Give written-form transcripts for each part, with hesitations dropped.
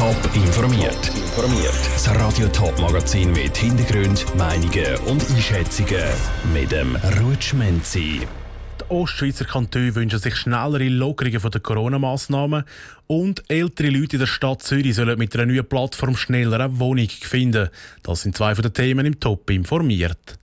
Top informiert. Das Radio Top Magazin mit Hintergrund, Meinungen und Einschätzungen mit dem Rutschmenzi. Die Ostschweizer Kantone wünschen sich schnellere Lockerungen der Corona-Massnahmen und ältere Leute in der Stadt Zürich sollen mit einer neuen Plattform schneller eine Wohnung finden. Das sind zwei von den Themen im Top informiert.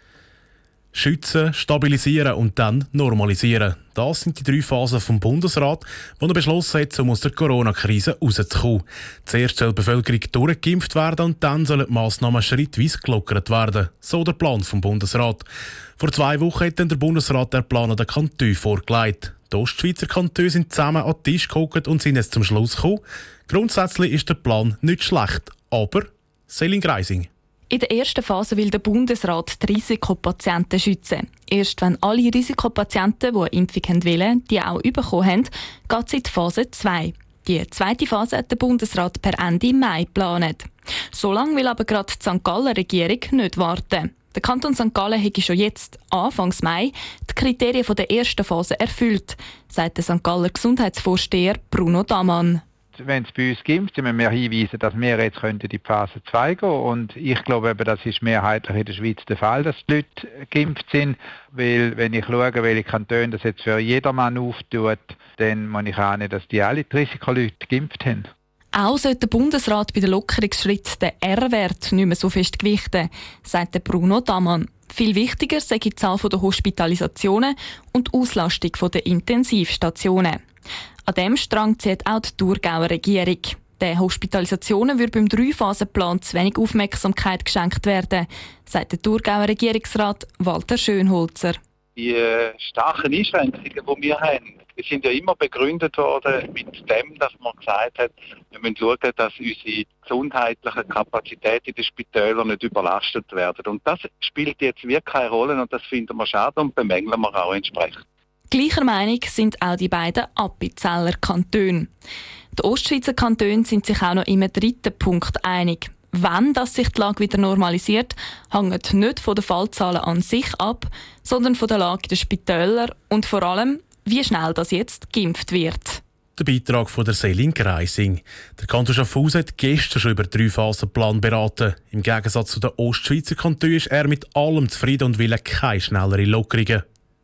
Schützen, stabilisieren und dann normalisieren. Das sind die 3 Phasen vom Bundesrat, die er beschlossen hat, um aus der Corona-Krise rauszukommen. Zuerst soll die Bevölkerung durchgeimpft werden und dann sollen die Massnahmen schrittweise gelockert werden. So der Plan vom Bundesrat. Vor 2 Wochen hat dann der Bundesrat den Plan an den Kantonen vorgelegt. Die Ostschweizer Kantone sind zusammen an den Tisch geguckt und sind jetzt zum Schluss gekommen. Grundsätzlich ist der Plan nicht schlecht, aber Selin Greising. In der ersten Phase will der Bundesrat die Risikopatienten schützen. Erst wenn alle Risikopatienten, die eine Impfung wollen, die auch bekommen haben, geht es in die Phase 2. Die zweite Phase hat der Bundesrat per Ende Mai geplant. So lange will aber gerade die St. Galler Regierung nicht warten. Der Kanton St. Gallen hätte schon jetzt, Anfangs Mai, die Kriterien der ersten Phase erfüllt, sagt der St. Galler Gesundheitsvorsteher Bruno Damann. Wenn es bei uns gibt, müssen wir hinweisen, dass wir jetzt in die Phase 2 gehen können. Und ich glaube, das ist mehrheitlich in der Schweiz der Fall, dass die Leute geimpft sind. Weil, wenn ich schaue, welche Kantone das jetzt für jedermann auftut, dann muss ich ahnen, dass die alle die Risikoleute geimpft haben. Auch sollte der Bundesrat bei den Lockerungsschritten den R-Wert nicht mehr so fest gewichten, sagt der Bruno Damann. Viel wichtiger sei die Zahl der Hospitalisationen und die Auslastung der Intensivstationen. An diesem Strang zieht auch die Thurgauer Regierung. Den Hospitalisationen würde beim 3-Phasen-Plan zu wenig Aufmerksamkeit geschenkt werden, sagt der Thurgauer Regierungsrat Walter Schönholzer. Die starken Einschränkungen, die wir haben, die sind ja immer begründet worden mit dem, dass man gesagt hat, wir müssen schauen, dass unsere gesundheitlichen Kapazitäten in den Spitälern nicht überlastet werden. Und das spielt jetzt wirklich keine Rolle und das finden wir schade und bemängeln wir auch entsprechend. Gleicher Meinung sind auch die beiden Appenzeller Kantone. Die Ostschweizer Kantone sind sich auch noch im 3. Punkt einig. Wenn sich die Lage wieder normalisiert, hängt nicht von den Fallzahlen an sich ab, sondern von der Lage der Spitäler und vor allem, wie schnell das jetzt geimpft wird. Der Beitrag von der Selin Greising. Der Kanton Schaffhausen hat gestern schon über den 3-Phasen-Plan beraten. Im Gegensatz zu den Ostschweizer Kantonen ist er mit allem zufrieden und will keine schnelleren Lockerungen.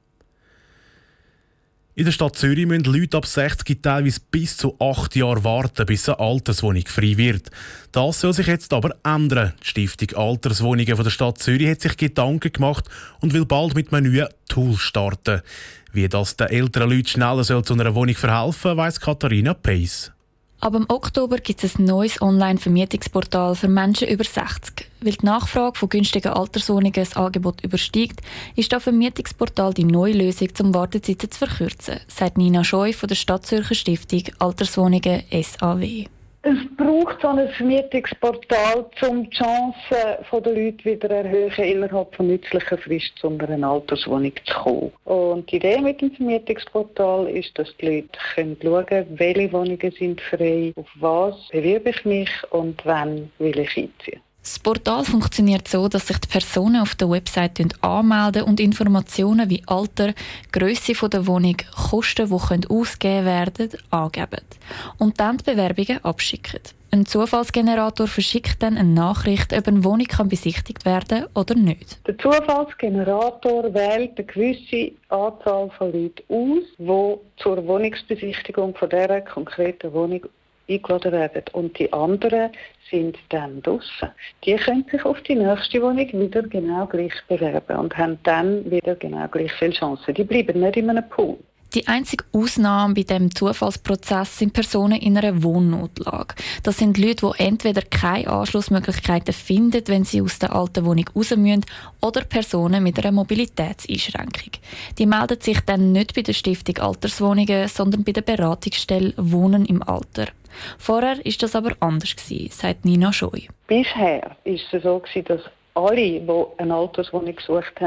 In der Stadt Zürich müssen Leute ab 60 teilweise bis zu 8 Jahre warten, bis eine Alterswohnung frei wird. Das soll sich jetzt aber ändern. Die Stiftung Alterswohnungen von der Stadt Zürich hat sich Gedanken gemacht und will bald mit einem neuen Tool starten. Wie das den älteren Leuten schneller zu einer Wohnung verhelfen soll, weiss Katharina Peiss. Ab im Oktober gibt es ein neues Online-Vermietungsportal für Menschen über 60. Weil die Nachfrage von günstigen Alterswohnungen das Angebot übersteigt, ist das Vermietungsportal die neue Lösung, um Wartezeiten zu verkürzen, sagt Nina Scheu von der Stadtzürcher Stiftung Alterswohnungen SAW. Es braucht so ein Vermietungsportal, um die Chancen der Leute wieder zu erhöhen, innerhalb von nützlicher Frist zu einer Alterswohnung zu kommen. Und die Idee mit dem Vermietungsportal ist, dass die Leute schauen können, welche Wohnungen sind frei, auf was bewerbe ich mich und wann will ich einziehen. Das Portal funktioniert so, dass sich die Personen auf der Website anmelden und Informationen wie Alter, Grösse der Wohnung, Kosten, die ausgegeben werden, angeben. Und dann die Bewerbungen abschicken. Ein Zufallsgenerator verschickt dann eine Nachricht, ob eine Wohnung besichtigt werden kann oder nicht. Der Zufallsgenerator wählt eine gewisse Anzahl von Leuten aus, die zur Wohnungsbesichtigung von dieser konkreten Wohnung eingeladen werden. Und die anderen sind dann draussen. Die können sich auf die nächste Wohnung wieder genau gleich bewerben und haben dann wieder genau gleich viele Chancen. Die bleiben nicht in einem Pool. Die einzige Ausnahme bei diesem Zufallsprozess sind Personen in einer Wohnnotlage. Das sind Leute, die entweder keine Anschlussmöglichkeiten finden, wenn sie aus der alten Wohnung raus müssen, oder Personen mit einer Mobilitätseinschränkung. Die melden sich dann nicht bei der Stiftung Alterswohnungen, sondern bei der Beratungsstelle Wohnen im Alter. Vorher war das aber anders, sagt Nina Scheu. Bisher war es so, dass alle, die eine Alterswohnung gesucht haben,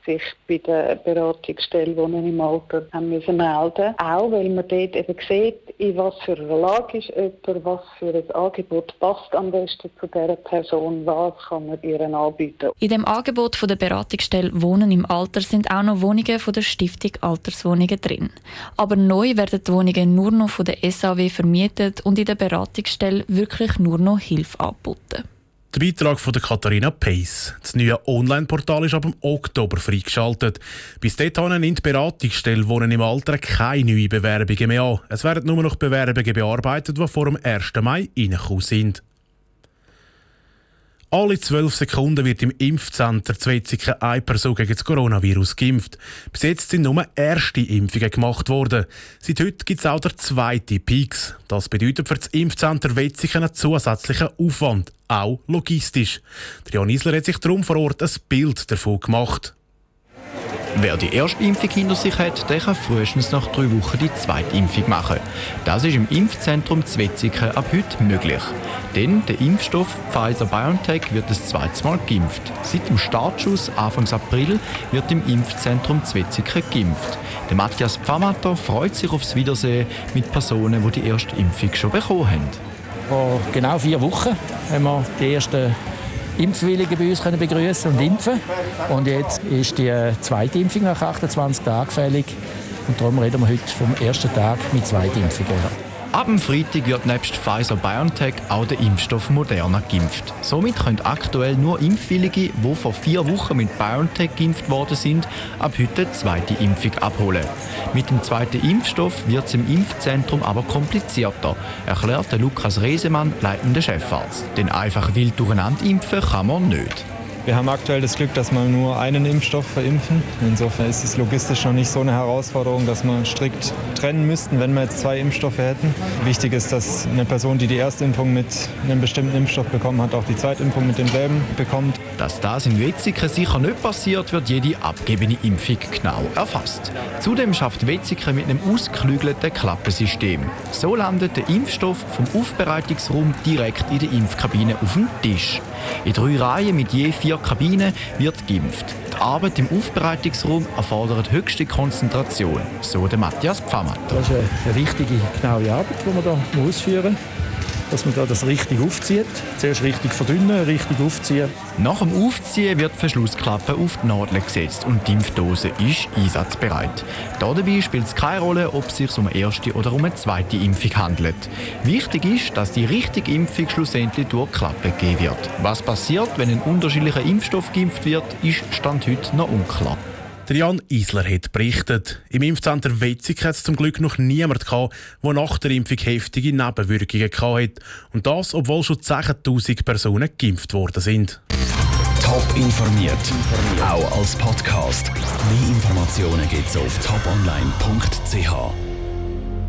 sich bei der Beratungsstelle Wohnen im Alter haben müssen melden. Auch weil man dort eben sieht, in was für einer Lage ist jemand, was für ein Angebot passt am besten zu dieser Person, was kann man ihr anbieten. In dem Angebot von der Beratungsstelle Wohnen im Alter sind auch noch Wohnungen von der Stiftung Alterswohnungen drin. Aber neu werden die Wohnungen nur noch von der SAW vermietet und in der Beratungsstelle wirklich nur noch Hilfe angeboten. Der Beitrag von der Katharina Pace. Das neue Online-Portal ist ab dem Oktober freigeschaltet. Bis dahin nimmt die Beratungsstelle Wohnen im Alter keine neuen Bewerbungen mehr an. Es werden nur noch Bewerbungen bearbeitet, die vor dem 1. Mai reingekommen sind. Alle 12 Sekunden wird im Impfcenter Wetzikon eine Person gegen das Coronavirus geimpft. Bis jetzt sind nur erste Impfungen gemacht worden. Seit heute gibt es auch der zweite Peaks. Das bedeutet für das Impfcenter Wetzikon einen zusätzlichen Aufwand, auch logistisch. Jan Isler hat sich darum vor Ort ein Bild davon gemacht. Wer die erste Impfung hinter sich hat, der kann frühestens nach 3 Wochen die zweite Impfung machen. Das ist im Impfzentrum Wetzikon ab heute möglich. Denn der Impfstoff Pfizer-BioNTech wird das zweite Mal geimpft. Seit dem Startschuss Anfang April wird im Impfzentrum Wetzikon geimpft. Der Matthias Pfammatter freut sich aufs Wiedersehen mit Personen, die die erste Impfung schon bekommen haben. Vor genau 4 Wochen haben wir die ersten Impfwilligen bei uns begrüßen und impfen. Und jetzt ist die zweite Impfung nach 28 Tagen fällig. Und darum reden wir heute vom ersten Tag mit Zweitimpfungen. Ab dem Freitag wird nebst Pfizer-BioNTech auch der Impfstoff Moderna geimpft. Somit können aktuell nur Impfwillige, die vor 4 Wochen mit BioNTech geimpft worden sind, ab heute die zweite Impfung abholen. Mit dem zweiten Impfstoff wird es im Impfzentrum aber komplizierter, erklärt Lukas Resemann, leitender Chefarzt. Denn einfach wild durcheinander impfen kann man nicht. Wir haben aktuell das Glück, dass wir nur einen Impfstoff verimpfen. Insofern ist es logistisch noch nicht so eine Herausforderung, dass wir strikt trennen müssten, wenn wir jetzt 2 Impfstoffe hätten. Wichtig ist, dass eine Person, die die erste Impfung mit einem bestimmten Impfstoff bekommen hat, auch die zweite Impfung mit demselben bekommt. Dass das in Wetzikon sicher nicht passiert, wird jede abgegebene Impfung genau erfasst. Zudem schafft Wetzikon mit einem ausgeklügelten Klappensystem. So landet der Impfstoff vom Aufbereitungsraum direkt in der Impfkabine auf dem Tisch. In 3 Reihen mit je 4 Kabinen wird geimpft. Die Arbeit im Aufbereitungsraum erfordert höchste Konzentration, so der Matthias Pfammatter. Das ist eine richtige, genaue Arbeit, die man hier ausführen muss. Dass man da das richtig aufzieht. Zuerst richtig verdünnen, richtig aufziehen. Nach dem Aufziehen wird die Verschlussklappe auf die Nadel gesetzt und die Impfdose ist einsatzbereit. Dabei spielt es keine Rolle, ob es sich um eine erste oder um eine zweite Impfung handelt. Wichtig ist, dass die richtige Impfung schlussendlich durch die Klappe gegeben wird. Was passiert, wenn ein unterschiedlicher Impfstoff geimpft wird, ist Stand heute noch unklar. Der Jan Isler hat berichtet. Im Impfcenter Wetzikon hat es zum Glück noch niemand gehabt, der nach der Impfung heftige Nebenwirkungen hatte. Und das, obwohl schon 10'000 Personen geimpft worden sind. Top informiert, auch als Podcast. Mehr Informationen gibt es auf toponline.ch.